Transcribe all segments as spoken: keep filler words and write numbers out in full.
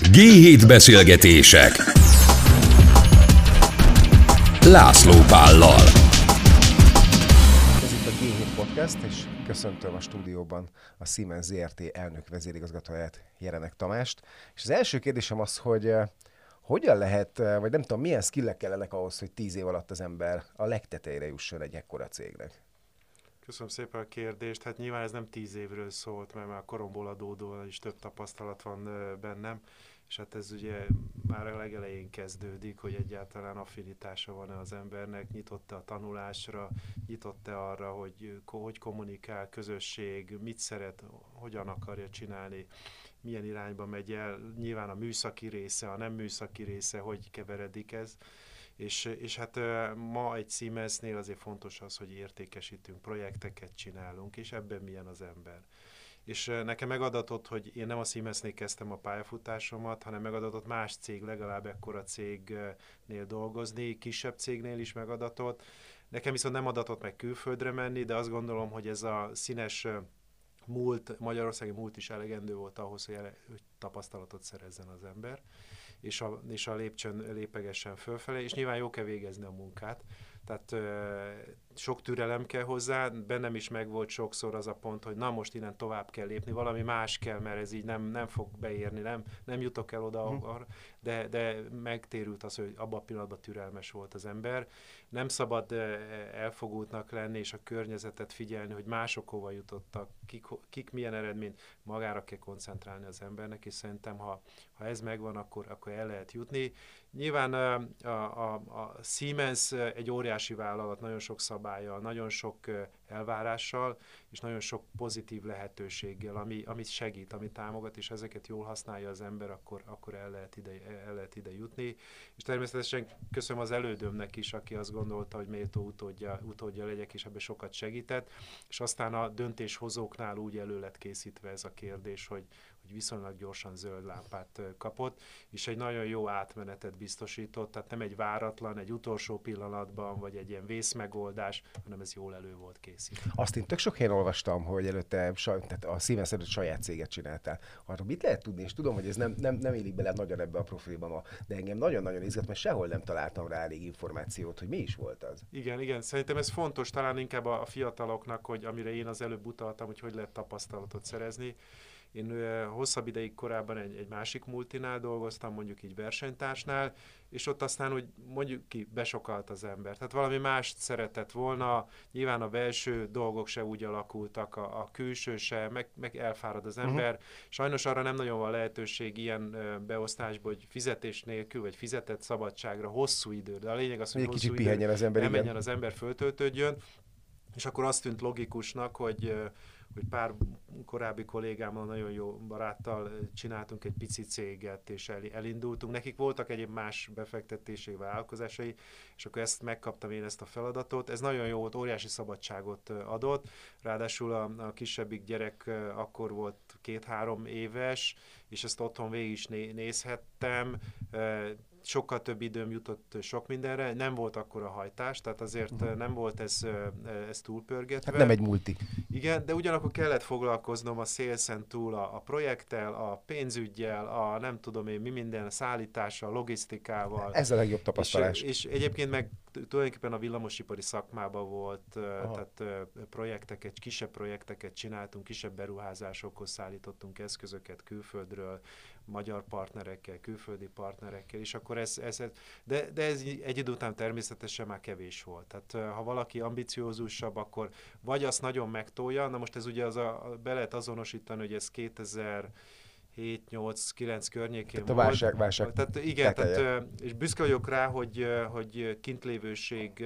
gé hét beszélgetések László Pállal. Ez itt a gé hét Podcast, és köszöntöm a stúdióban a Siemens zé er té elnök vezérigazgatóját, Jerenek Tamást. És az első kérdésem az, hogy hogyan lehet, vagy nem tudom, milyen skillek kellenek ahhoz, hogy tíz év alatt az ember a legtetejére jusson egy ekkora cégnek? Köszönöm szépen a kérdést. Hát nyilván ez nem tíz évről szólt, mert már koromból adódóan is több tapasztalat van bennem, és hát ez ugye már a legelején kezdődik, hogy egyáltalán affinitása van-e az embernek, nyitott-e a tanulásra, nyitott-e arra, hogy hogy kommunikál, közösség, mit szeret, hogyan akarja csinálni, milyen irányba megy el, nyilván a műszaki része, a nem műszaki része, hogy keveredik ez. És, és hát ma egy Siemensnél azért fontos az, hogy értékesítünk, projekteket csinálunk, és ebben milyen az ember. És nekem megadatott, hogy én nem a Siemensnél kezdtem a pályafutásomat, hanem megadatott más cég, legalább ekkora cégnél dolgozni, kisebb cégnél is megadatott. Nekem viszont nem adatott meg külföldre menni, de azt gondolom, hogy ez a színes múlt, magyarországi múlt is elegendő volt ahhoz, hogy, ele, hogy tapasztalatot szerezzen az ember, és a, és a lépcsőn lépegessen fölfelé, és nyilván jó kell végezni a munkát. Tehát ö, sok türelem kell hozzá, bennem is megvolt sokszor az a pont, hogy na most innen tovább kell lépni, valami más kell, mert ez így nem, nem fog beérni, nem, nem jutok el oda, mm. arra, de, de megtérült az, hogy abban a pillanatban türelmes volt az ember. Nem szabad elfogultnak lenni, és a környezetet figyelni, hogy mások hova jutottak, kik, kik milyen eredményt, magára kell koncentrálni az embernek, és szerintem, ha, ha ez megvan, akkor, akkor el lehet jutni. Nyilván a, a, a Siemens egy óriási vállalat, nagyon sok szabállyal, nagyon sok elvárással, és nagyon sok pozitív lehetőséggel, ami, ami segít, ami támogat, és ezeket jól használja az ember, akkor, akkor el, lehet ide, el lehet ide jutni. És természetesen köszönöm az elődömnek is, aki azt gondolta, hogy méltó utódja, utódja legyek, és ebbe sokat segített, és aztán a döntéshozóknál úgy elő lett készítve ez a kérdés, hogy, hogy viszonylag gyorsan zöld lámpát kapott, és egy nagyon jó átmenetet biztosított, tehát nem egy váratlan, egy utolsó pillanatban, vagy egy ilyen vészmegoldás, hanem ez jól elő volt készítve. Azt én tök sok helyen olvastam, hogy előtte tehát a Siemens előtt saját céget csináltál. Arra mit lehet tudni, és tudom, hogy ez nem, nem, nem illik bele nagyon ebbe a profilba ma, de engem nagyon-nagyon izgat, mert sehol nem találtam rá elég információt, hogy mi is volt az. Igen, igen, szerintem ez fontos, talán inkább a fiataloknak, hogy amire én az előbb utaltam, hogy hogy lehet tapasztalatot szerezni. Én ö, hosszabb ideig korábban egy, egy másik multinál dolgoztam, mondjuk így versenytársnál, és ott aztán úgy mondjuk ki, besokalt az ember. Tehát valami mást szeretett volna, nyilván a belső dolgok se úgy alakultak, a, a külső se, meg, meg elfárad az ember. Uh-huh. Sajnos arra nem nagyon van lehetőség ilyen ö, beosztásban, hogy fizetés nélkül, vagy fizetett szabadságra hosszú idő. De a lényeg az, hogy egy hosszú kicsit pihenjen az ember, nem menjen az ember, föltöltődjön. És akkor azt tűnt logikusnak, hogy hogy pár korábbi kollégámmal, nagyon jó baráttal csináltunk egy pici céget, és el, elindultunk. Nekik voltak egyéb más befektetési vállalkozásai, és akkor ezt megkaptam én ezt a feladatot. Ez nagyon jó volt, óriási szabadságot adott. Ráadásul a, a kisebbik gyerek akkor volt két-három éves, és ezt otthon végig is né, nézhettem. Sokkal több időm jutott sok mindenre, nem volt akkora hajtás, tehát azért uh-huh. nem volt ez, ez túlpörgetve. Hát nem egy multi. Igen, de ugyanakkor kellett foglalkoznom a sales-en túl a, a projekttel, a pénzüggyel, a nem tudom én mi minden, a szállítással, a logisztikával. Ez a legjobb tapasztalás. És, és egyébként meg tulajdonképpen a villamosipari szakmában volt, Aha. tehát projekteket, kisebb projekteket csináltunk, kisebb beruházásokhoz szállítottunk eszközöket külföldről, magyar partnerekkel, külföldi partnerekkel, és akkor ez, ez de, de ez egy idő után természetesen már kevés volt. Tehát ha valaki ambiciózusabb, akkor vagy azt nagyon megtolja, na most ez ugye az a, be lehet azonosítani, hogy ez kétezer-hét nyolc kilenc környékén tehát volt. A válság, válság. Tehát igen, tehát, és büszke vagyok rá, hogy, hogy kintlévőség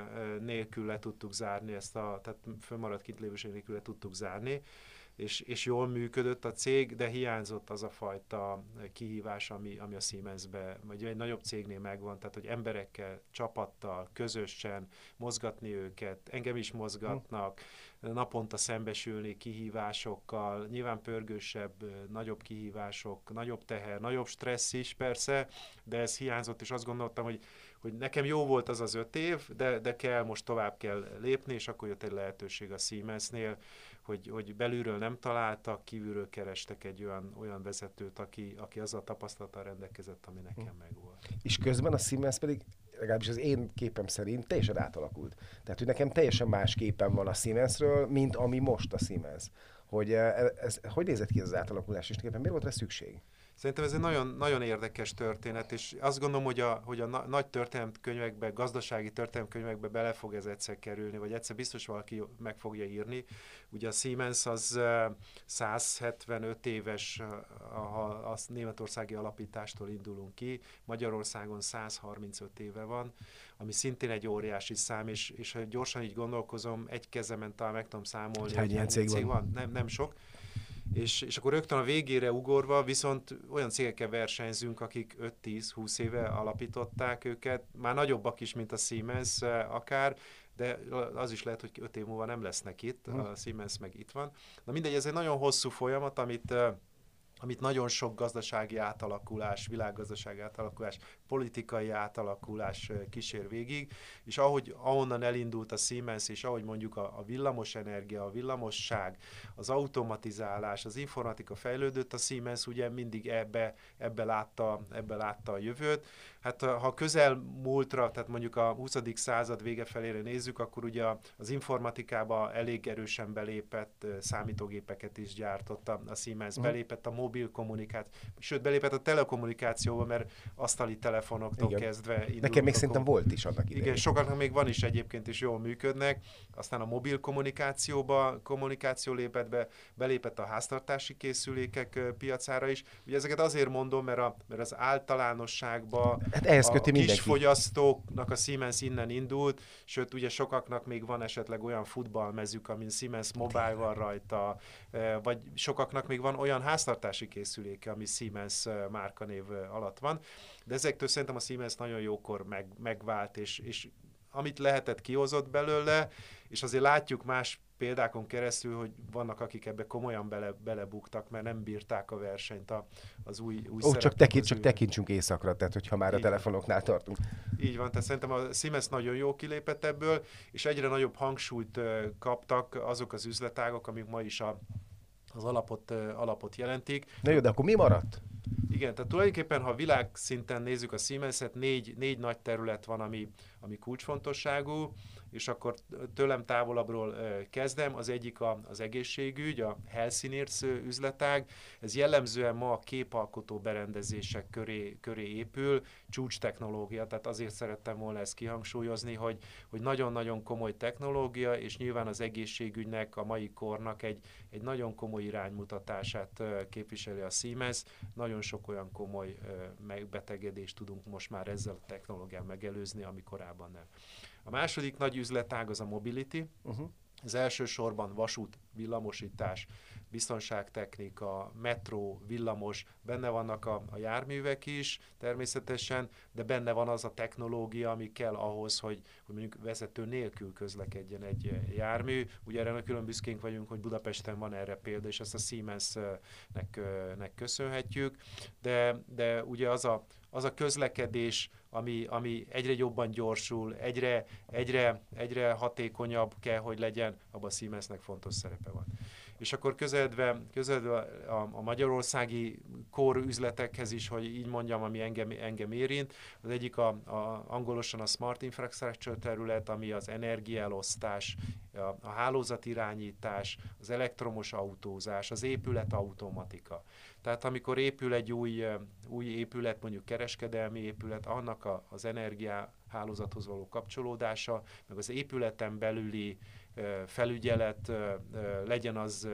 nélkül le tudtuk zárni ezt a, tehát fönnmaradt kintlévőség nélkül le tudtuk zárni, És, és jól működött a cég, de hiányzott az a fajta kihívás, ami, ami a Siemensbe, vagy egy nagyobb cégnél megvan, tehát hogy emberekkel, csapattal, közösen mozgatni őket, engem is mozgatnak, naponta szembesülni kihívásokkal, nyilván pörgősebb, nagyobb kihívások, nagyobb teher, nagyobb stressz is persze, de ez hiányzott, és azt gondoltam, hogy, hogy nekem jó volt az az öt év, de, de kell, most tovább kell lépni, és akkor jött egy lehetőség a Siemensnél, hogy, hogy belülről nem találtak, kívülről kerestek egy olyan, olyan vezetőt, aki, aki azzal a tapasztalattal rendelkezett, ami nekem hmm. megvolt. És közben a Siemens pedig, legalábbis az én képem szerint teljesen átalakult. Tehát, hogy nekem teljesen más képem van a Siemensről, mint ami most a Siemens. Hogy ez, ez, hogy nézett ki ez az átalakulás, és nekem miért volt rá szükség? Szerintem ez egy nagyon, nagyon érdekes történet, és azt gondolom, hogy a, hogy a na, nagy történelemkönyvekbe, gazdasági történelemkönyvekbe bele fog ez egyszer kerülni, vagy egyszer biztos valaki meg fogja írni. Ugye a Siemens az száz hetvenöt éves, ha a németországi alapítástól indulunk ki, Magyarországon száz harmincöt éve van, ami szintén egy óriási szám, és, és ha gyorsan így gondolkozom, egy kezemen talán meg tudom számolni, hány ilyen cég van? van. Nem, nem sok. És, és akkor rögtön a végére ugorva, viszont olyan cégekkel versenyzünk, akik öt-tíz-húsz éve alapították őket, már nagyobbak is, mint a Siemens akár, de az is lehet, hogy öt év múlva nem lesznek itt, a Siemens meg itt van. Na mindegy, ez egy nagyon hosszú folyamat, amit, amit nagyon sok gazdasági átalakulás, világgazdasági átalakulás, politikai átalakulás kísér végig, és ahogy ahonnan elindult a Siemens, és ahogy mondjuk a, a villamos energia, a villamosság, az automatizálás, az informatika fejlődött, a Siemens ugye mindig ebbe, ebbe, látta, ebbe látta a jövőt. Hát ha közel múltra, tehát mondjuk a huszadik század vége felére nézzük, akkor ugye az informatikába elég erősen belépett számítógépeket is gyártott a Siemens, belépett a mobil kommunikáció, sőt belépett a telekommunikációba, mert asztali telefonoktól igen. kezdve indult. Nekem még szerintem volt is annak idején. Igen, sokaknak még van is egyébként is jól működnek. Aztán a mobil kommunikációba, kommunikáció lépett be, belépett a háztartási készülékek piacára is. Ugye ezeket azért mondom, mert, a, mert az általánosságban hát ehhez köti a mindenki. kis fogyasztóknak a Siemens innen indult, sőt ugye sokaknak még van esetleg olyan futballmezük, amin Siemens Mobile van rajta, vagy sokaknak még van olyan háztartási készüléke, ami Siemens márkanév alatt van. De ezektől szerintem a Siemens nagyon jókor meg, megvált, és, és amit lehetett, kihozott belőle, és azért látjuk más példákon keresztül, hogy vannak, akik ebbe komolyan bele, belebuktak, mert nem bírták a versenyt a, az új, új Ó, csak, tekint, csak tekintsünk északra, tehát hogyha már a telefonoknál tartunk. Így van, tehát szerintem a Siemens nagyon jó kilépett ebből, és egyre nagyobb hangsúlyt kaptak azok az üzletágok, amik ma is a, az alapot, alapot jelentik. Na jó, de akkor mi maradt? Igen, tehát tulajdonképpen, ha világszinten nézzük a Siemenset, négy, négy nagy terület van, ami, ami kulcsfontosságú, és akkor tőlem távolabbról kezdem. Az egyik a, az egészségügy, a Healthineers üzletág. Ez jellemzően ma a képalkotó berendezések köré, köré épül, csúcs technológia, tehát azért szerettem volna ezt kihangsúlyozni, hogy, hogy nagyon-nagyon komoly technológia, és nyilván az egészségügynek, a mai kornak egy, egy nagyon komoly iránymutatását képviseli a Siemens. Nagyon sok olyan komoly megbetegedést tudunk most már ezzel a technológián megelőzni, ami korábban nem. A második nagy üzletág az a mobility. Uh-huh. Az elsősorban vasút, villamosítás, biztonságtechnika, metró, villamos, benne vannak a, a járművek is természetesen, de benne van az a technológia, ami kell ahhoz, hogy, hogy mondjuk vezető nélkül közlekedjen egy jármű. Ugye erre külön büszkénk vagyunk, hogy Budapesten van erre példa, és ezt a Siemensnek nek köszönhetjük, de, de ugye az a, az a közlekedés, ami, ami egyre jobban gyorsul, egyre, egyre, egyre hatékonyabb kell, hogy legyen, abban a Siemensnek fontos szerepe van. És akkor közeledve, közeledve a, a magyarországi core üzletekhez is, hogy így mondjam, ami engem, engem érint, az egyik a, a, angolosan a Smart Infrastructure terület, ami az energiaelosztás, a, a hálózatirányítás, az elektromos autózás, az épület automatika. Tehát amikor épül egy új, új épület, mondjuk kereskedelmi épület, annak a, az energiahálózathoz való kapcsolódása, meg az épületen belüli felügyelet, legyen az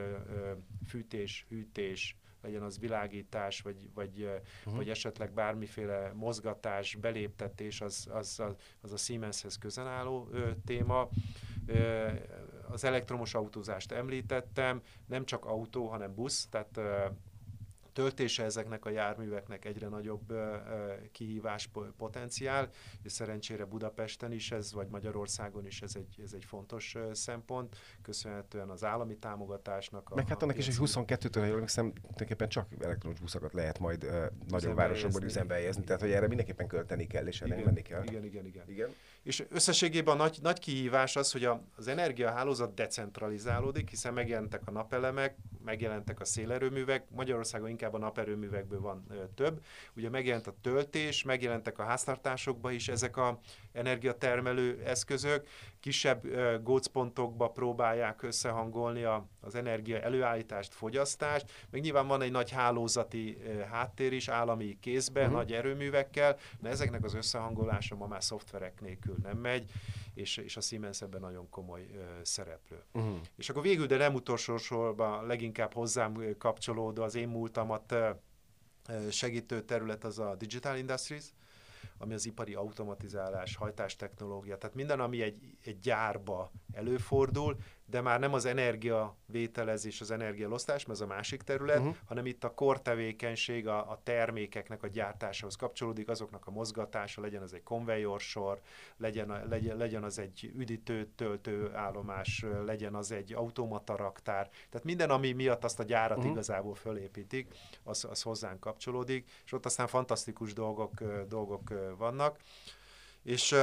fűtés, hűtés, legyen az világítás, vagy, vagy, uh-huh. vagy esetleg bármiféle mozgatás, beléptetés, az, az, az a Siemenshez közel álló téma. Az elektromos autózást említettem, nem csak autó, hanem busz, tehát töltése ezeknek a járműveknek egyre nagyobb uh, kihívás potenciál, és szerencsére Budapesten is ez, vagy Magyarországon is ez egy, ez egy fontos uh, szempont, köszönhetően az állami támogatásnak. A, Meg hát annak is, hogy piaci... huszonkettőtől, ha jól emlékszem, tulajdonképpen csak elektromos buszokat lehet majd uh, nagyobb városokban üzembe helyezni, tehát hogy erre mindenképpen költeni kell, és erre menni kell. Igen, igen, igen, igen. És összességében a nagy, nagy kihívás az, hogy a, az energiahálózat decentralizálódik, hiszen megjelentek a napelemek, megjelentek a szélerőművek, Magyarországon inkább a naperőművekből van ö, több. Ugye megjelent a töltés, megjelentek a háztartásokba is ezek a energiatermelő eszközök, kisebb ö, gócpontokba próbálják összehangolni a, az energia előállítást, fogyasztást, meg nyilván van egy nagy hálózati ö, háttér is, állami kézben, uh-huh. nagy erőművekkel, de ezeknek az összehangolása ma már szoftverek nélkül nem megy, és, és a Siemens ebben nagyon komoly ö, szereplő. Uh-huh. És akkor végül, de nem utolsó sorban, leginkább hozzám kapcsolódó, az én múltamat ö, segítő terület az a Digital Industries, ami az ipari automatizálás, hajtástechnológia, tehát minden, ami egy, egy gyárba előfordul, de már nem az energiavételezés, az energiaelosztás, mert ez a másik terület, uh-huh. hanem itt a kortevékenység, a, a termékeknek a gyártásához kapcsolódik, azoknak a mozgatása, legyen az egy konvejorsor, legyen, a, legyen, legyen az egy üdítő, töltő állomás, legyen az egy automata raktár, tehát minden, ami miatt azt a gyárat uh-huh. igazából fölépítik, az, az hozzánk kapcsolódik, és ott aztán fantasztikus dolgok, dolgok vannak, és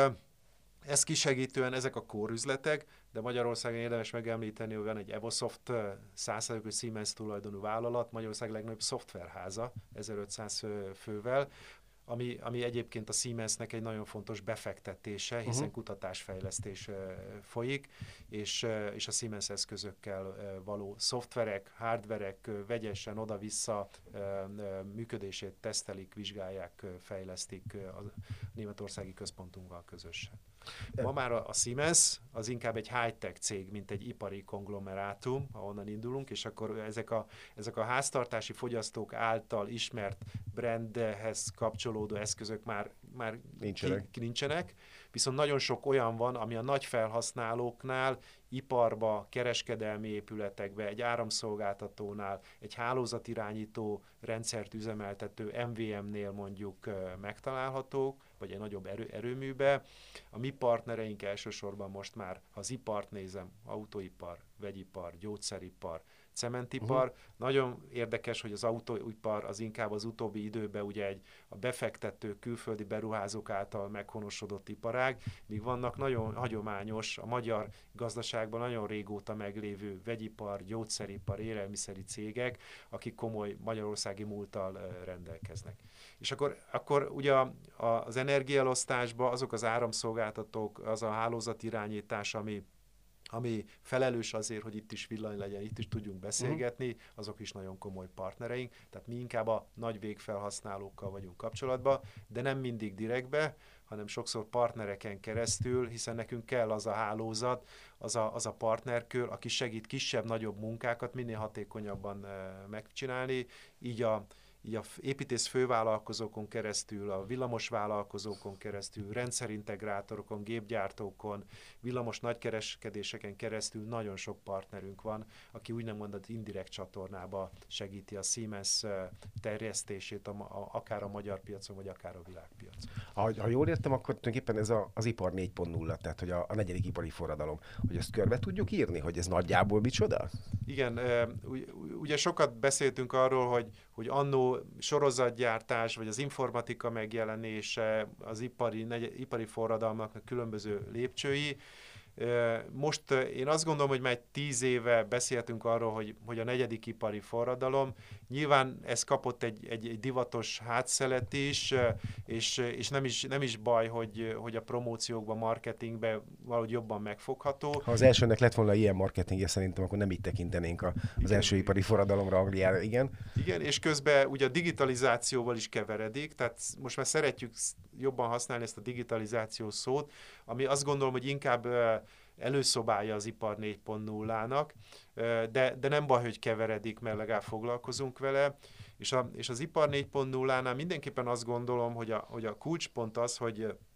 ezt kisegítően ezek a kórüzletek, de Magyarországon érdemes megemlíteni, hogy van egy Evosoft száz százalékos Siemens tulajdonú vállalat, Magyarország legnagyobb szoftverháza, ezerötszáz fővel, ami, ami egyébként a Siemensnek egy nagyon fontos befektetése, hiszen uh-huh. kutatásfejlesztés uh, folyik, és, uh, és a Siemens eszközökkel uh, való szoftverek, hardverek uh, vegyesen oda-vissza uh, uh, működését tesztelik, vizsgálják, uh, fejlesztik uh, a németországi központunkkal közösen. Ma már a, a Siemens az inkább egy high-tech cég, mint egy ipari konglomerátum, ahonnan indulunk, és akkor ezek a, ezek a háztartási fogyasztók által ismert brandhez kapcsolódó eszközök már, már nincsenek. Ki, nincsenek, viszont nagyon sok olyan van, ami a nagy felhasználóknál, iparba, kereskedelmi épületekbe, egy áramszolgáltatónál, egy hálózatirányító rendszert üzemeltető em vé em-nél mondjuk megtalálhatók, vagy egy nagyobb erő, erőműbe. A mi partnereink elsősorban most már, ha az ipart nézem, autóipar, vegyipar, gyógyszeripar, cementipar. Uh-huh. Nagyon érdekes, hogy az autóipar az inkább az utóbbi időben ugye egy a befektető külföldi beruházók által meghonosodott iparág, míg vannak nagyon hagyományos, a magyar gazdaságban nagyon régóta meglévő vegyipar, gyógyszeripar, élelmiszeri cégek, akik komoly magyarországi múlttal uh, rendelkeznek. És akkor, akkor ugye a, a, az energiaelosztásban azok az áramszolgáltatók, az a hálózatirányítás, ami ami felelős azért, hogy itt is villany legyen, itt is tudjunk beszélgetni, uh-huh. azok is nagyon komoly partnereink, tehát mi inkább a nagy végfelhasználókkal vagyunk kapcsolatban, de nem mindig direktbe, hanem sokszor partnereken keresztül, hiszen nekünk kell az a hálózat, az a, az a partnerkör, aki segít kisebb-nagyobb munkákat minél hatékonyabban e, megcsinálni, így a így a építész fővállalkozókon keresztül, a villamos vállalkozókon keresztül, rendszerintegrátorokon, gépgyártókon, villamos nagykereskedéseken keresztül nagyon sok partnerünk van, aki úgy nem mondott indirekt csatornába segíti a Siemens terjesztését a, a, akár a magyar piacon, vagy akár a világpiacon. Ha, ha jól értem, akkor tulajdonképpen ez a, az ipar négy pont nulla, tehát hogy a, a negyedik ipari forradalom, hogy ezt körbe tudjuk írni, hogy ez nagyjából micsoda? Igen, ugye sokat beszéltünk arról, hogy, hogy annó sorozatgyártás, vagy az informatika megjelenése, az ipari, negy, ipari forradalmaknak különböző lépcsői. Most én azt gondolom, hogy már tíz éve beszéltünk arról, hogy, hogy a negyedik ipari forradalom. Nyilván ez kapott egy, egy, egy divatos hátszelet is, és, és nem, is, nem is baj, hogy, hogy a promóciókban, marketingben valahogy jobban megfogható. Ha az elsőnek lett volna ilyen marketingje, szerintem akkor nem így tekintenénk a, az igen. első ipari forradalomra Angliára, igen. Igen, és közben ugye a digitalizációval is keveredik, tehát most már szeretjük jobban használni ezt a digitalizáció szót, ami azt gondolom, hogy inkább előszobálja az ipar négy pont nullának, de, de nem baj, hogy keveredik, mert legalább foglalkozunk vele, és, a, és az ipar négy pont nullánál mindenképpen azt gondolom, hogy a, hogy a kulcspont az, hogy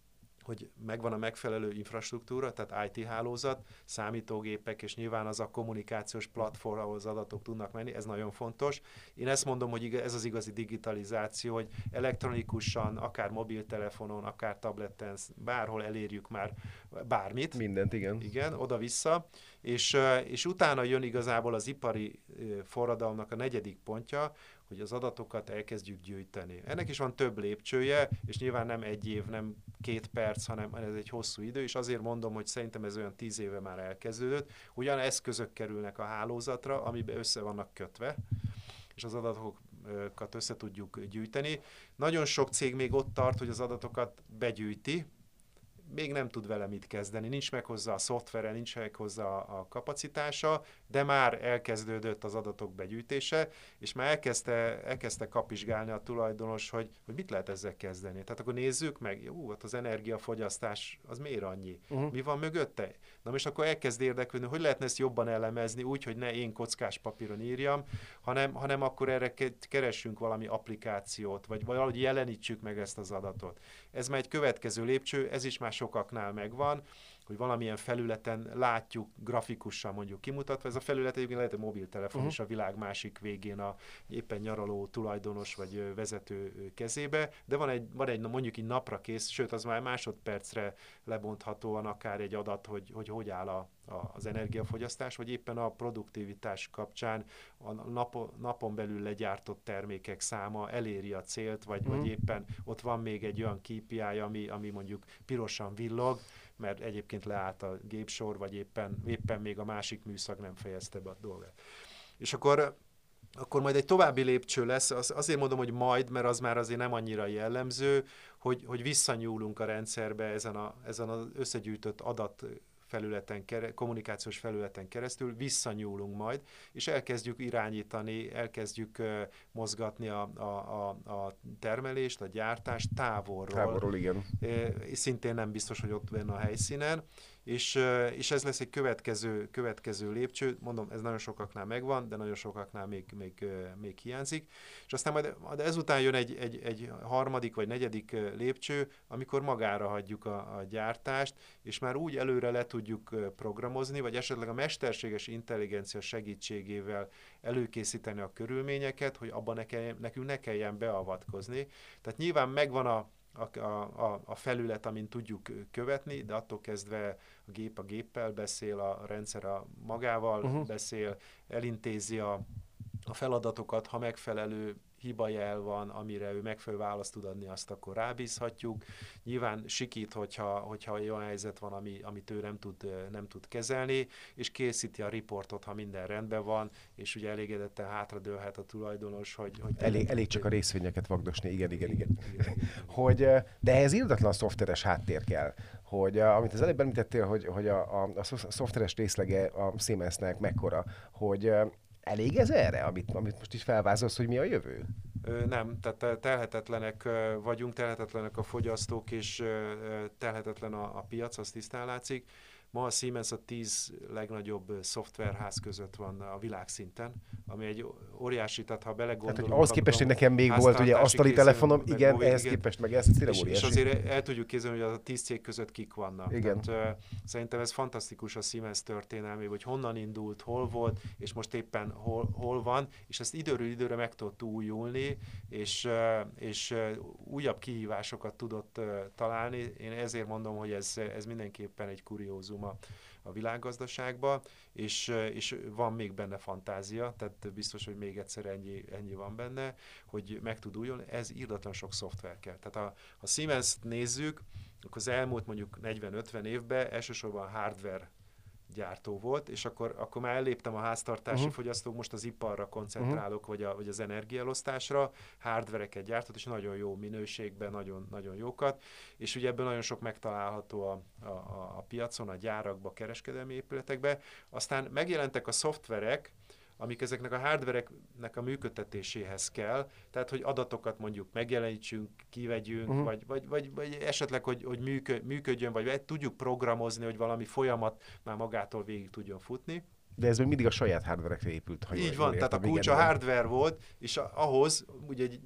hogy megvan a megfelelő infrastruktúra, tehát i té hálózat, számítógépek, és nyilván az a kommunikációs platform, ahol az adatok tudnak menni, ez nagyon fontos. Én ezt mondom, hogy ez az igazi digitalizáció, hogy elektronikusan, akár mobiltelefonon, akár tableten, bárhol elérjük már bármit. Mindent, igen. Igen, oda-vissza. És, és utána jön igazából az ipari forradalomnak a negyedik pontja, hogy az adatokat elkezdjük gyűjteni. Ennek is van több lépcsője, és nyilván nem egy év, nem két perc, hanem ez egy hosszú idő, és azért mondom, hogy szerintem ez olyan tíz éve már elkezdődött. Ugyan eszközök kerülnek a hálózatra, amiben össze vannak kötve, és az adatokat össze tudjuk gyűjteni. Nagyon sok cég még ott tart, hogy az adatokat begyűjti, még nem tud vele mit kezdeni, nincs meg hozzá a szoftvere, nincs meg hozzá a kapacitása, de már elkezdődött az adatok begyűjtése, és már elkezdte, elkezdte kapizsgálni a tulajdonos, hogy, hogy mit lehet ezzel kezdeni. Tehát akkor nézzük meg, jó, hát az energiafogyasztás az miért annyi? Uh-huh. Mi van mögötte? Na most akkor elkezd érdeklődni, hogy lehetne ezt jobban elemezni, úgy, hogy ne én kockás papíron írjam, hanem, hanem akkor erre keressünk valami applikációt, vagy valahogy jelenítsük meg ezt az adatot. Ez már egy következő lépcső, ez is már sokaknál megvan, hogy valamilyen felületen látjuk grafikusan mondjuk kimutatva. Ez a felület egyébként lehet egy mobiltelefon uh-huh. is a világ másik végén a éppen nyaraló tulajdonos vagy vezető kezébe, de van egy, van egy mondjuk egy napra kész, sőt az már másodpercre lebonthatóan akár egy adat, hogy hogy, hogy áll a, a, az energiafogyasztás, vagy éppen a produktivitás kapcsán a nap, napon belül legyártott termékek száma eléri a célt, vagy, uh-huh. vagy éppen ott van még egy olyan ká pé i, ami, ami mondjuk pirosan villog, mert egyébként leállt a gépsor, vagy éppen, éppen még a másik műszak nem fejezte be a dolgát. És akkor, akkor majd egy további lépcső lesz, az, azért mondom, hogy majd, mert az már azért nem annyira jellemző, hogy, hogy visszanyúlunk a rendszerbe ezen, a, ezen az összegyűjtött adat felületen, kommunikációs felületen keresztül, visszanyúlunk majd, és elkezdjük irányítani, elkezdjük uh, mozgatni a, a, a, a termelést, a gyártást távolról. Távolról, igen. És szintén nem biztos, hogy ott benne a helyszínen, és, és ez lesz egy következő, következő lépcső, mondom, ez nagyon sokaknál megvan, de nagyon sokaknál még, még, még hiányzik, és aztán majd ezután jön egy, egy, egy harmadik vagy negyedik lépcső, amikor magára hagyjuk a, a gyártást, és már úgy előre le tudjuk programozni, vagy esetleg a mesterséges intelligencia segítségével előkészíteni a körülményeket, hogy abban ne kelljen, nekünk ne kelljen beavatkozni. Tehát nyilván megvan a A, a, a felület, amin tudjuk követni, de attól kezdve a gép a géppel beszél, a rendszer a magával uh-huh. beszél, elintézi a, a feladatokat, ha megfelelő hibajel van, amire ő megfelelő választ tud adni, azt akkor rábízhatjuk. Nyilván sikít, hogyha, hogyha olyan helyzet van, ami, amit ő nem tud, nem tud kezelni, és készíti a riportot, ha minden rendben van, és ugye elégedetten hátradőlhet a tulajdonos, hogy... hogy elég, elég csak a részvényeket vagdosni, igen, igen, igen. igen. hogy, de ehhez irdatlan szoftveres háttér kell, hogy amit az előbb említettél, hogy, hogy a, a, a szoftveres részlege a Siemensnek mekkora, hogy elég ez erre, amit, amit most is felvázolsz, hogy mi a jövő? Ö, nem, tehát telhetetlenek vagyunk, telhetetlenek a fogyasztók, és telhetetlen a, a piac, az tisztán látszik. Ma a Siemens a tíz legnagyobb szoftverház között van a világszinten, ami egy óriási, tehát ha belegondolunk... Tehát, hogy ahhoz képest, hogy nekem még volt ugye asztali telefonom, igen, mobil, ehhez igen. képest meg ez tényleg óriási. És azért el tudjuk képzelni, hogy a tíz cég között kik vannak. Igen. Tehát, uh, szerintem ez fantasztikus a Siemens történelmében, hogy honnan indult, hol volt, és most éppen hol, hol van, és ezt időről időre meg tudott újulni, és, uh, és uh, újabb kihívásokat tudott uh, találni. Én ezért mondom, hogy ez, ez mindenképpen egy kuriózum a, a világgazdaságban, és, és van még benne fantázia, tehát biztos, hogy még egyszer ennyi, ennyi van benne, hogy meg tud újulni, ez írdatlan sok szoftver kell. Tehát ha a Siemens-t nézzük, akkor az elmúlt mondjuk negyven-ötven évben elsősorban hardware gyártó volt, és akkor, akkor már elléptem a háztartási uh-huh. fogyasztók, most az iparra koncentrálok, uh-huh. vagy, a, vagy az energiaelosztásra, hardvereket gyártott, és nagyon jó minőségben, nagyon, nagyon jókat, és ugye ebből nagyon sok megtalálható a, a, a piacon, a gyárakba, a kereskedelmi épületekbe. Aztán megjelentek a szoftverek, amik ezeknek a hardvereknek a működtetéséhez kell, tehát hogy adatokat mondjuk megjelenítsünk, kivegyünk, uh-huh. vagy, vagy, vagy, vagy esetleg, hogy, hogy működjön, vagy tudjuk programozni, hogy valami folyamat már magától végig tudjon futni. De ez még mindig a saját hardverekre épült. Így van, tehát a kulcs a hardware volt, és ahhoz ugye egy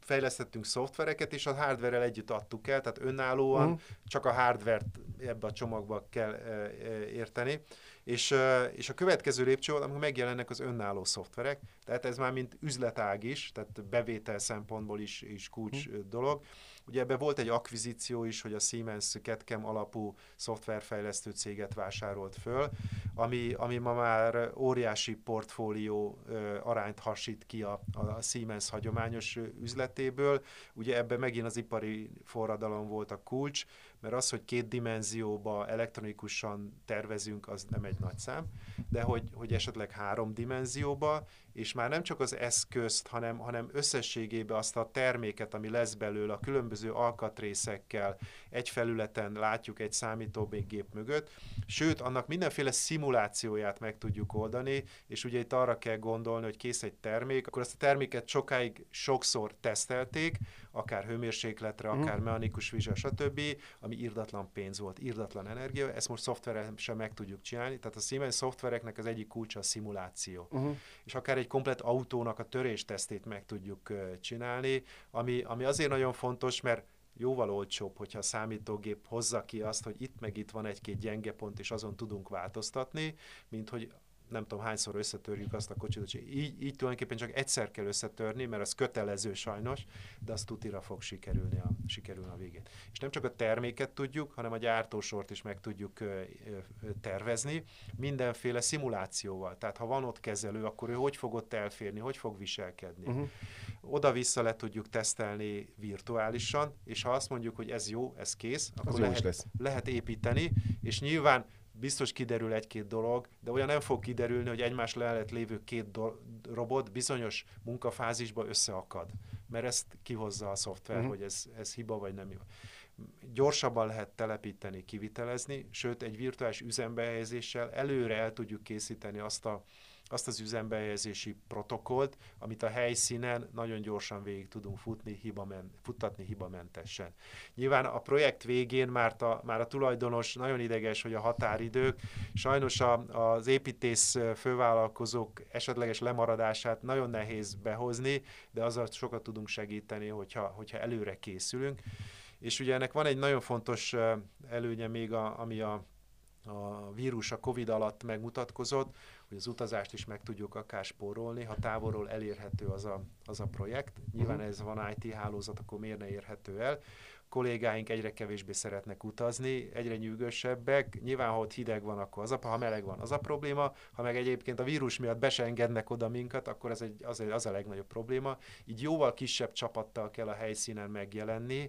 fejlesztettünk szoftvereket, és a hardware-rel együtt adtuk el, tehát önállóan uh-huh. csak a hardware-t ebbe a csomagba kell e, e, érteni. És, és a következő lépcső, amikor megjelennek az önálló szoftverek, tehát ez már mint üzletág is, tehát bevétel szempontból is, is kulcs hmm. dolog. Ugye ebben volt egy akvizíció is, hogy a Siemens CAD/CAM alapú szoftverfejlesztő céget vásárolt föl, ami, ami ma már óriási portfólió arányt hasít ki a, a Siemens hagyományos üzletéből. Ugye ebben megint az ipari forradalom volt a kulcs, mert az, hogy két dimenzióba elektronikusan tervezünk, az nem egy nagy szám, de hogy, hogy esetleg három dimenzióba, és már nem csak az eszközt, hanem, hanem összességében azt a terméket, ami lesz belőle, a különböző alkatrészekkel egy felületen látjuk egy számítógép mögött, sőt, annak mindenféle szimulációját meg tudjuk oldani, és ugye itt arra kell gondolni, hogy kész egy termék, akkor ezt a terméket sokáig sokszor tesztelték, akár hőmérsékletre, akár mm. mechanikus vizsga, stb., ami irdatlan pénz volt, irdatlan energia, ezt most szoftverrel sem meg tudjuk csinálni, tehát a Siemens szoftvereknek az egyik kulcsa a szimuláció. Uh-huh. És akár egy komplett autónak a töréstesztét meg tudjuk uh, csinálni, ami, ami azért nagyon fontos, mert jóval olcsóbb, hogyha a számítógép hozza ki azt, hogy itt meg itt van egy-két gyenge pont, és azon tudunk változtatni, mint hogy nem tudom hányszor összetörjük azt a kocsit, hogy így, így tulajdonképpen csak egyszer kell összetörni, mert az kötelező sajnos, de az tutira fog sikerülni a, sikerülni a végén. És nem csak a terméket tudjuk, hanem a gyártósort is meg tudjuk ö, ö, tervezni, mindenféle szimulációval. Tehát ha van ott kezelő, akkor ő hogy fog ott elférni, hogy fog viselkedni. Uh-huh. Oda-vissza le tudjuk tesztelni virtuálisan, és ha azt mondjuk, hogy ez jó, ez kész, akkor lehet, lehet építeni, és nyilván biztos kiderül egy-két dolog, de olyan nem fog kiderülni, hogy egymás mellett lévő két do- robot bizonyos munkafázisba összeakad. Mert ezt kihozza a szoftver, uh-huh. hogy ez, ez hiba vagy nem hiba. Gyorsabban lehet telepíteni, kivitelezni, sőt egy virtuális üzembehelyezéssel előre el tudjuk készíteni azt a azt az üzembehelyezési protokollt, amit a helyszínen nagyon gyorsan végig tudunk futni, hibamen, futtatni hibamentesen. Nyilván a projekt végén már a, már a tulajdonos nagyon ideges, hogy a határidők, sajnos a, az építész fővállalkozók esetleges lemaradását nagyon nehéz behozni, de azzal sokat tudunk segíteni, hogyha, hogyha előre készülünk. És ugye ennek van egy nagyon fontos előnye még, a, ami a a vírus a Covid alatt megmutatkozott, hogy az utazást is meg tudjuk akár spórolni, ha távolról elérhető az a, az a projekt. Nyilván uh-huh. ez van í té hálózat, akkor miért ne érhető el. Kollégáink egyre kevésbé szeretnek utazni, egyre nyűgösebbek. Nyilván, ha ott hideg van, akkor az a, ha meleg van, az a probléma. Ha meg egyébként a vírus miatt be se engednek oda minket, akkor ez egy, az, az a legnagyobb probléma. Így jóval kisebb csapattal kell a helyszínen megjelenni,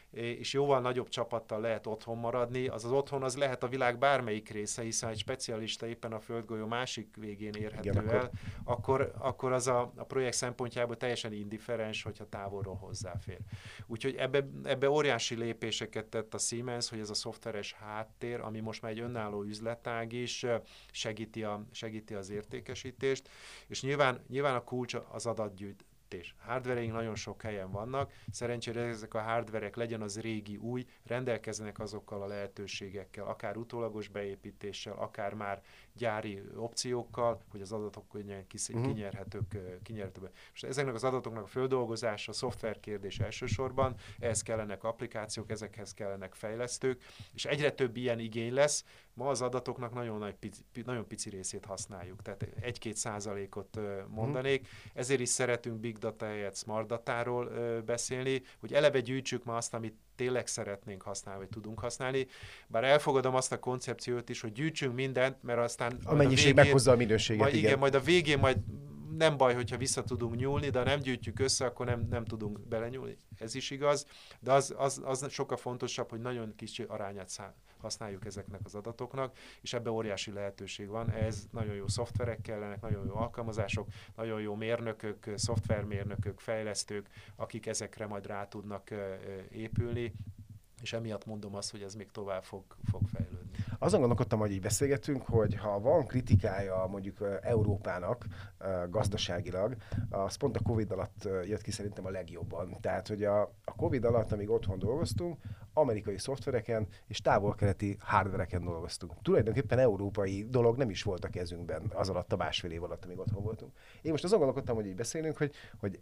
és jóval nagyobb csapattal lehet otthon maradni. Az az otthon az lehet a világ bármelyik része, hiszen egy specialista éppen a földgolyó másik végén érhető Igen, el, akkor, akkor, akkor az a, a projekt szempontjából teljesen indifferens, hogyha távolról hozzáfér. Úgyhogy ebbe, ebbe óriási lépéseket tett a Siemens, hogy ez a szoftveres háttér, ami most már egy önálló üzletág is, segíti, a, segíti az értékesítést, és nyilván, nyilván a kulcs az adatgyűjtés. Hardvereink nagyon sok helyen vannak, szerencsére ezek a hardverek, legyen az régi, új, rendelkeznek azokkal a lehetőségekkel, akár utólagos beépítéssel, akár már gyári opciókkal, hogy az adatok könnyen kinyerhetők, kinyerhetők. Most ezeknek az adatoknak a földolgozása, a szoftver kérdés elsősorban, ehhez kellenek applikációk, ezekhez kellenek fejlesztők, és egyre több ilyen igény lesz. Ma az adatoknak nagyon, nagy, pici, nagyon pici részét használjuk, tehát egy-két százalékot mondanék, ezért is szeretünk big data helyett smart datáról beszélni, hogy eleve gyűjtsük ma azt, amit tényleg szeretnénk használni, vagy tudunk használni. Bár elfogadom azt a koncepciót is, hogy gyűjtsünk mindent, mert aztán... A mennyiség végén, meghozza a minőséget, majd, igen. igen. Majd a végén majd nem baj, hogyha vissza tudunk nyúlni, de ha nem gyűjtjük össze, akkor nem, nem tudunk belenyúlni. Ez is igaz, de az, az, az sokkal fontosabb, hogy nagyon kis arányát szá- használjuk ezeknek az adatoknak, és ebbe óriási lehetőség van. Ez nagyon jó szoftverek kellenek, nagyon jó alkalmazások, nagyon jó mérnökök, szoftvermérnökök, fejlesztők, akik ezekre majd rá tudnak épülni, és emiatt mondom azt, hogy ez még tovább fog, fog fejlődni. Azon gondolkodtam, hogy így beszélgetünk, hogy ha van kritikája mondjuk Európának gazdaságilag, az pont a Covid alatt jött ki szerintem a legjobban. Tehát, hogy a, a Covid alatt, amíg otthon dolgoztunk, amerikai szoftvereken és távol-keleti hardvereken dolgoztunk. Tulajdonképpen európai dolog nem is volt a kezünkben az alatt a másfél év alatt, amíg otthon voltunk. Én most azon gondolkodtam, hogy így beszélünk, hogy, hogy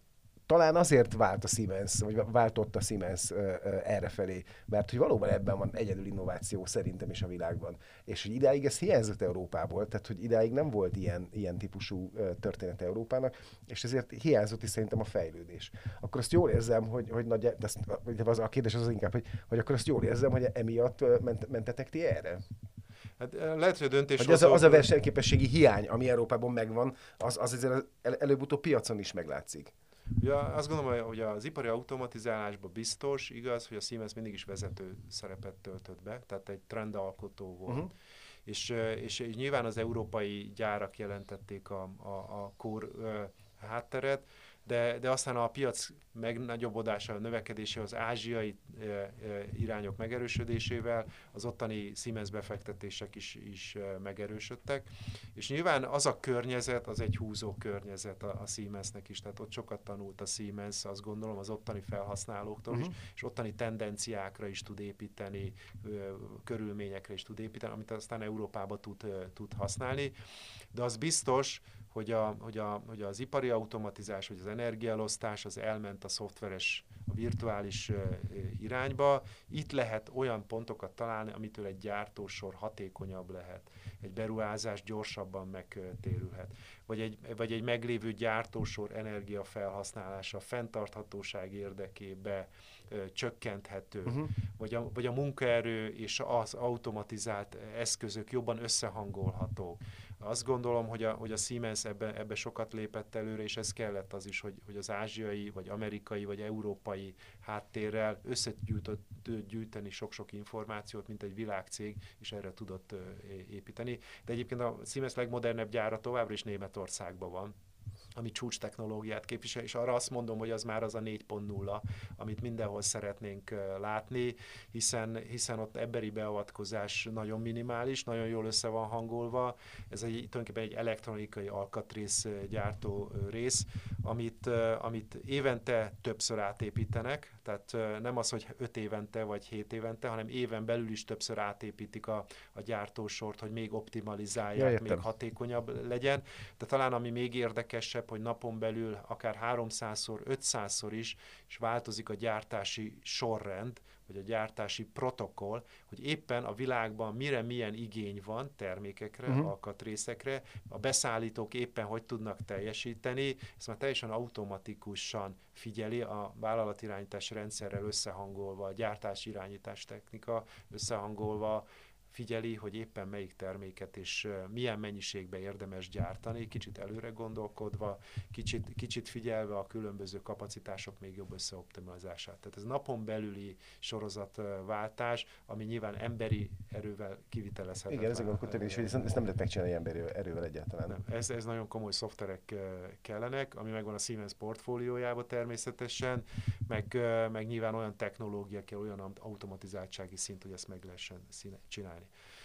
talán azért vált a Siemens, vagy váltott a Siemens errefelé, mert hogy valóban ebben van egyedül innováció szerintem is a világban. És hogy idáig ez hiányzott Európából, tehát hogy idáig nem volt ilyen, ilyen típusú történet Európának, és ezért hiányzott is szerintem a fejlődés. Akkor azt jól érzem, hogy, hogy nagy, de azt, az, a kérdés az, az inkább, hogy, hogy akkor azt jól érzem, hogy emiatt ment, mentetek ti erre? Hát lehet, hogy a döntés... Az a, az a versenyképességi hiány, ami Európában megvan, az, az azért el, előbb-utóbb piacon is meglátszik. Ja, azt gondolom, hogy az ipari automatizálásban biztos, igaz, hogy a Siemens mindig is vezető szerepet töltött be, tehát egy trendalkotó volt. Uh-huh. És, és, és nyilván az európai gyárak jelentették a, a, a core hátteret, de, de aztán a piac megnagyobbodása, a növekedése az ázsiai e, e, irányok megerősödésével, az ottani Siemens befektetések is, is e, megerősödtek, és nyilván az a környezet, az egy húzó környezet a, a Siemensnek is, tehát ott sokat tanult a Siemens, azt gondolom, az ottani felhasználóktól uh-huh. is, és ottani tendenciákra is tud építeni, e, körülményekre is tud építeni, amit aztán Európába tud, e, tud használni, de az biztos, hogy, a, hogy, a, hogy az ipari automatizás, vagy az energiaelosztás, az elment a szoftveres, a virtuális uh, irányba. Itt lehet olyan pontokat találni, amitől egy gyártósor hatékonyabb lehet. Egy beruházás gyorsabban megtérülhet. Vagy egy, vagy egy meglévő gyártósor energiafelhasználása fenntarthatóság érdekébe uh, csökkenthető. Uh-huh. Vagy, a, vagy a munkaerő és az automatizált eszközök jobban összehangolhatók. Azt gondolom, hogy a, hogy a Siemens ebbe, ebbe sokat lépett előre, és ez kellett az is, hogy, hogy az ázsiai, vagy amerikai, vagy európai háttérrel összegyűjteni sok-sok információt, mint egy világcég, és erre tudott építeni. De egyébként a Siemens legmodernebb gyára továbbra is Németországban van, ami csúcs technológiát képvisel, és arra azt mondom, hogy az már az a négy pont nulla, amit mindenhol szeretnénk látni, hiszen, hiszen ott emberi beavatkozás nagyon minimális, nagyon jól össze van hangolva. Ez egy, tulajdonképpen egy elektronikai alkatrész gyártó rész, amit, amit évente többször átépítenek, tehát nem az, hogy öt évente vagy hét évente, hanem éven belül is többször átépítik a, a gyártósort, hogy még optimalizálják, ja, még hatékonyabb legyen. De talán ami még érdekesebb, hogy napon belül akár háromszázszor, ötszázszor is, és változik a gyártási sorrend, vagy a gyártási protokoll, hogy éppen a világban mire milyen igény van termékekre, uh-huh. alkatrészekre, a beszállítók éppen hogy tudnak teljesíteni, ezt már teljesen automatikusan figyeli a vállalatirányítás rendszerrel összehangolva, a gyártási irányítás technika összehangolva, figyeli, hogy éppen melyik terméket és milyen mennyiségben érdemes gyártani, kicsit előre gondolkodva, kicsit, kicsit figyelve a különböző kapacitások még jobb összeoptimalizását. Tehát ez napon belüli sorozatváltás, ami nyilván emberi erővel kivitelezhetetlen. Igen, ezek gondolkodtam is, hogy ezt nem lehet megcsinálni emberi erővel egyáltalán. Nem, ez, ez nagyon komoly szoftverek kellenek, ami megvan a Siemens portfóliójában természetesen, meg, meg nyilván olyan technológia kell, olyan automatizáltsági szint, hogy ezt meg lehessen csinálni.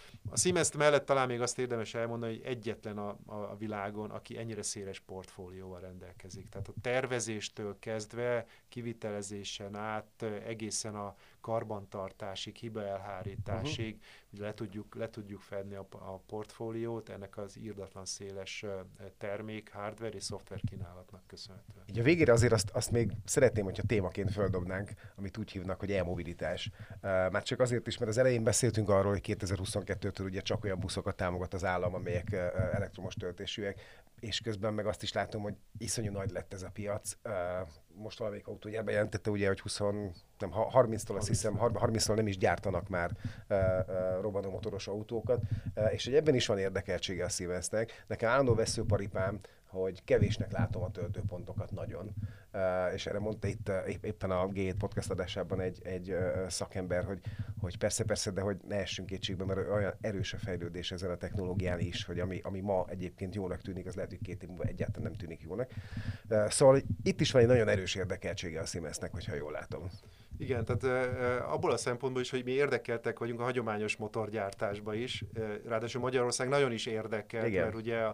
A Siemens mellett talán még azt érdemes elmondani, hogy egyetlen a, a világon, aki ennyire széles portfólióval rendelkezik. Tehát a tervezéstől kezdve, kivitelezésen át, egészen a karbantartásig, hibaelhárításig, uh-huh. hogy le tudjuk, le tudjuk fedni a, a portfóliót ennek az irdatlan széles termék, hardware és szoftver kínálatnak köszönhetően. Így a végére azért azt, azt még szeretném, hogyha témaként földobnánk, amit úgy hívnak, hogy e-mobilitás. Uh, már csak azért is, mert az elején beszéltünk arról, hogy kétezer-huszonkettőtől ugye csak olyan buszokat támogat az állam, amelyek uh, elektromos töltésűek, és közben meg azt is látom, hogy iszonyú nagy lett ez a piac. Uh, most valamelyik autógyárban jelentette ugye, hogy húsz, nem, harminctól azt hiszem, harminctól nem is gyártanak már uh, uh, robbanómotoros autókat, uh, és hogy ebben is van érdekeltsége a Siemensnek. Nekem állandó veszőparipám, hogy kevésnek látom a töltőpontokat nagyon. Uh, és erre mondta itt uh, éppen a gé hét podcast adásában egy, egy uh, szakember, hogy, hogy persze, persze, de hogy ne essünk kétségbe, mert olyan erős a fejlődés ezen a technológián is, hogy ami, ami ma egyébként jónak tűnik, az lehet, hogy két év múlva egyáltalán nem tűnik jónak. Uh, szóval itt is van egy nagyon erős érdekeltsége a Siemensnek, hogyha jól látom. Igen, tehát uh, abból a szempontból is, hogy mi érdekeltek vagyunk a hagyományos motorgyártásba is, uh, ráadásul Magyarország nagyon is érdekelt, igen. Mert ugye a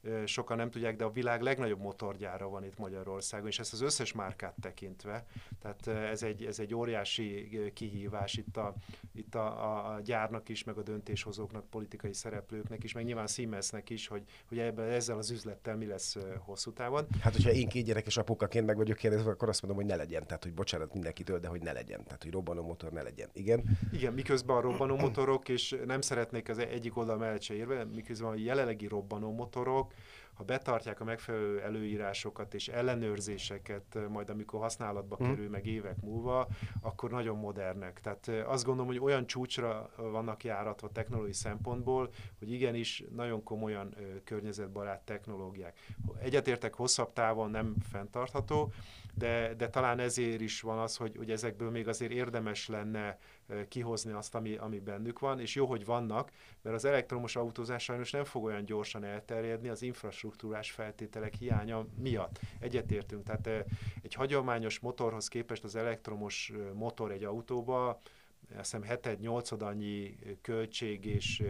sokan nem tudják, de a világ legnagyobb motorgyára van itt Magyarországon, és ezt az összes márkát tekintve, tehát ez egy, ez egy óriási kihívás itt, a, itt a, a gyárnak is, meg a döntéshozóknak, politikai szereplőknek is, meg nyilván Siemensnek is, hogy, hogy ebben, ezzel az üzlettel mi lesz hosszú távon. Hát, hogyha én két gyerekes apukaként meg vagyok kérdezve, akkor azt mondom, hogy ne legyen. Tehát, hogy bocsánat mindenkitől, de hogy ne legyen. Tehát, hogy robbanó motor ne legyen. Igen. Igen, miközben a robbanó motorok, és nem szeretnék az egyik oldal mellett se érve, miközben a jelenlegi robbanó motorok, ha betartják a megfelelő előírásokat és ellenőrzéseket, majd amikor használatba mm. kerül meg évek múlva, akkor nagyon modernek. Tehát azt gondolom, hogy olyan csúcsra vannak járatva technológiai szempontból, hogy igenis nagyon komolyan környezetbarát technológiák. Egyetértek, hosszabb távon nem fenntartható, de, de talán ezért is van az, hogy, hogy ezekből még azért érdemes lenne kihozni azt, ami, ami bennük van, és jó, hogy vannak, mert az elektromos autózás sajnos nem fog olyan gyorsan elterjedni az infrastruktúrás feltételek hiánya miatt. Egyetértünk, tehát egy hagyományos motorhoz képest az elektromos motor egy autóba, azt hiszem heted-nyolcad annyi költség és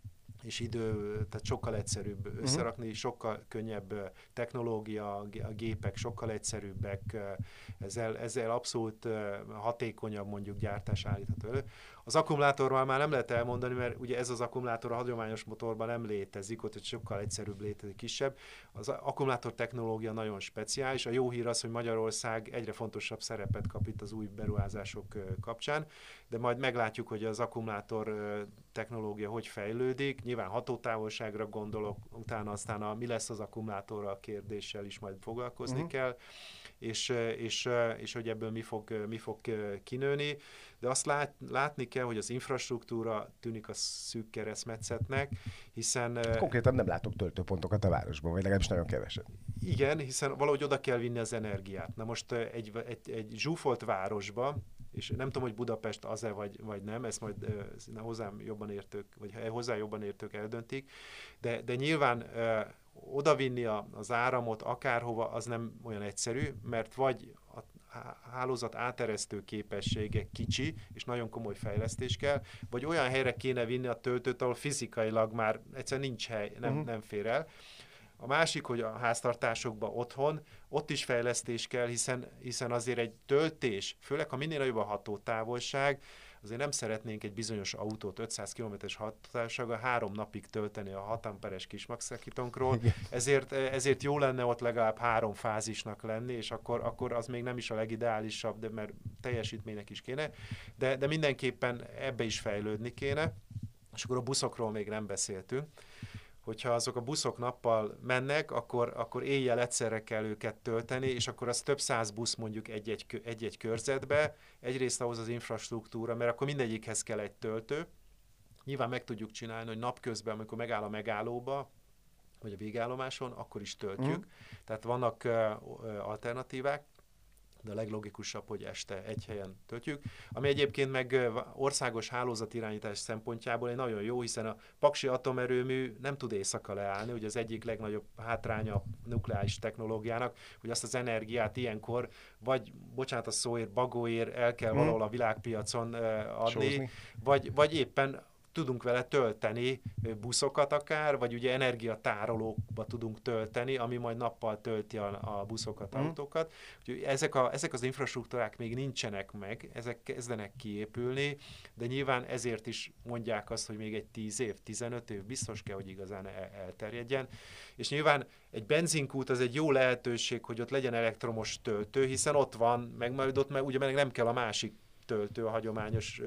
és idő, tehát sokkal egyszerűbb uh-huh. összerakni, sokkal könnyebb technológia, a gépek sokkal egyszerűbbek, ezzel, ezzel abszolút hatékonyabb mondjuk gyártás állítható elő. Az akkumulátorral már nem lehet elmondani, mert ugye ez az akkumulátor a hagyományos motorban nem létezik, ott egy sokkal egyszerűbb létezik, kisebb. Az akkumulátor technológia nagyon speciális. A jó hír az, hogy Magyarország egyre fontosabb szerepet kap itt az új beruházások kapcsán, de majd meglátjuk, hogy az akkumulátor technológia hogy fejlődik. Nyilván hatótávolságra gondolok, utána aztán a, mi lesz az akkumulátorral kérdéssel is majd foglalkozni uh-huh. kell, és, és, és hogy ebből mi fog, mi fog kinőni. De azt lát, látni kell, hogy az infrastruktúra tűnik a szűk keresztmetszetnek, hiszen... Konkrétan nem látok töltőpontokat a városban, vagy legalábbis nagyon keveset. Igen, hiszen valahogy oda kell vinni az energiát. Na most egy, egy, egy zsúfolt városba, és nem tudom, hogy Budapest az-e vagy, vagy nem, ezt majd uh, hozzám jobban értők, vagy hozzá jobban értők eldöntik, de, de nyilván uh, odavinni a, az áramot akárhova, az nem olyan egyszerű, mert vagy a hálózat áteresztő képessége kicsi, és nagyon komoly fejlesztés kell, vagy olyan helyre kéne vinni a töltőt, ahol fizikailag már egyszerűen nincs hely, nem, uh-huh. nem fér el. A másik, hogy a háztartásokban otthon, ott is fejlesztés kell, hiszen, hiszen azért egy töltés, főleg ha minél nagyobb a hatótávolság, azért nem szeretnénk egy bizonyos autót ötszáz kilométeres hatótávolsággal három napig tölteni a hat amperes kismaxakitonkról, ezért, ezért jó lenne ott legalább három fázisnak lenni, és akkor, akkor az még nem is a legideálisabb, de mert teljesítménynek is kéne, de, de mindenképpen ebbe is fejlődni kéne, és akkor a buszokról még nem beszéltünk. Hogyha azok a buszok nappal mennek, akkor, akkor éjjel egyszerre kell őket tölteni, és akkor az több száz busz mondjuk egy-egy, egy-egy körzetbe, egyrészt ahhoz az infrastruktúra, mert akkor mindegyikhez kell egy töltő. Nyilván meg tudjuk csinálni, hogy napközben, amikor megáll a megállóba, vagy a végállomáson, akkor is töltjük. Mm. Tehát vannak uh, alternatívák, de a leglogikusabb, hogy este egy helyen töltjük. Ami egyébként meg országos hálózatirányítás szempontjából egy nagyon jó, hiszen a Paksi atomerőmű nem tud éjszaka leállni, ugye az egyik legnagyobb hátránya a nukleáris technológiának, hogy azt az energiát ilyenkor, vagy, bocsánat a szóért, bagóért el kell hmm. valahol a világpiacon uh, adni, Sózni. vagy, vagy éppen tudunk vele tölteni buszokat akár, vagy ugye energiatárolókba tudunk tölteni, ami majd nappal tölti a, a buszokat, mm. autókat. Úgyhogy ezek, a, ezek az infrastruktúrák még nincsenek meg, ezek kezdenek kiépülni, de nyilván ezért is mondják azt, hogy még egy tíz év, tizenöt év biztos kell, hogy igazán el, elterjedjen. És nyilván egy benzinkút az egy jó lehetőség, hogy ott legyen elektromos töltő, hiszen ott van, meg majd ott meg, ugye meg nem kell a másik töltő, a hagyományos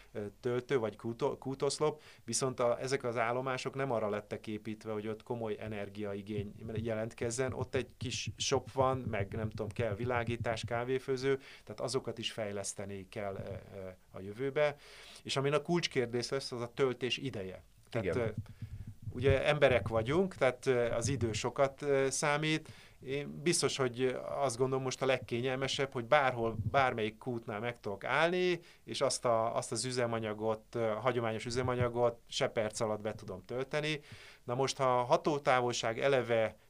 töltő, vagy kútoszlop, viszont a, ezek az állomások nem arra lettek építve, hogy ott komoly energiaigény jelentkezzen. Ott egy kis shop van, meg nem tudom, kell világítás, kávéfőző, tehát azokat is fejleszteni kell a jövőbe. És amin a kulcskérdés lesz, az a töltés ideje. Tehát igen. Ugye emberek vagyunk, tehát az idő sokat számít. Én biztos, hogy azt gondolom most a legkényelmesebb, hogy bárhol, bármelyik kútnál meg tudok állni, és azt, a, azt az üzemanyagot, a hagyományos üzemanyagot se perc alatt be tudom tölteni. Na most, ha a hatótávolság eleve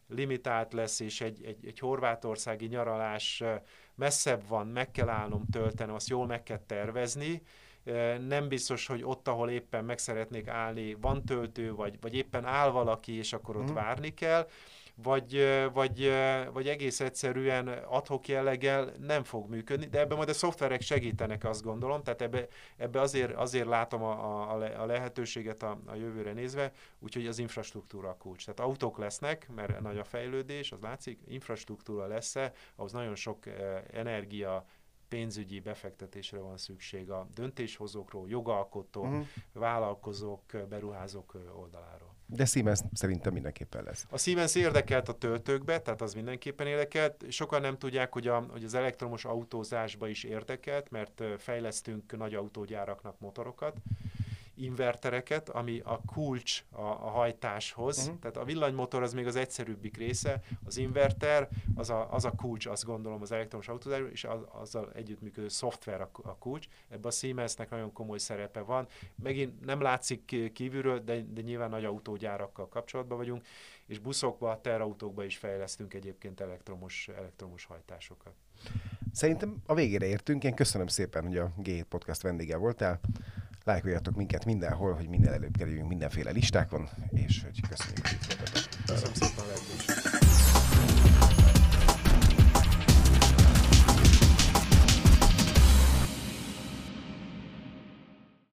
limitált lesz, és egy, egy, egy horvátországi nyaralás messzebb van, meg kell állnom tölteni, azt jól meg kell tervezni. Nem biztos, hogy ott, ahol éppen meg szeretnék állni, van töltő, vagy, vagy éppen áll valaki, és akkor ott mm. várni kell, vagy, vagy, vagy egész egyszerűen ad-hoc jelleggel nem fog működni, de ebben majd a szoftverek segítenek, azt gondolom, tehát ebbe, ebbe azért, azért látom a, a, a lehetőséget a, a jövőre nézve, úgyhogy az infrastruktúra a kulcs. Tehát autók lesznek, mert nagy a fejlődés, az látszik, infrastruktúra lesz-e, ahhoz nagyon sok energia, pénzügyi befektetésre van szükség a döntéshozókról, jogalkotók, uh-huh. vállalkozók, beruházók oldaláról. De Siemens szerintem mindenképpen lesz. A Siemens érdekelt a töltőkbe, tehát az mindenképpen érdekelt. Sokan nem tudják, hogy, a, hogy az elektromos autózásba is érdekelt, mert fejlesztünk nagy autógyáraknak motorokat, invertereket, ami a kulcs a, a hajtáshoz. Uh-huh. Tehát a villanymotor az még az egyszerűbbik része, az inverter az a, az a kulcs, azt gondolom, az elektromos autózásban, és az, azzal együttműködő szoftver a, a kulcs. Ebben a Siemensnek nagyon komoly szerepe van. Megint nem látszik kívülről, de, de nyilván nagy autógyárakkal kapcsolatban vagyunk, és buszokba, terautókba is fejlesztünk egyébként elektromos, elektromos hajtásokat. Szerintem a végére értünk. Én köszönöm szépen, hogy a G hét Podcast vendége voltál. Lájkoljatok minket mindenhol, hogy minél előbb kerüljünk mindenféle listákon, és hogy köszönjük, hogy itt voltatok. Köszönöm szépen a lehetőséget.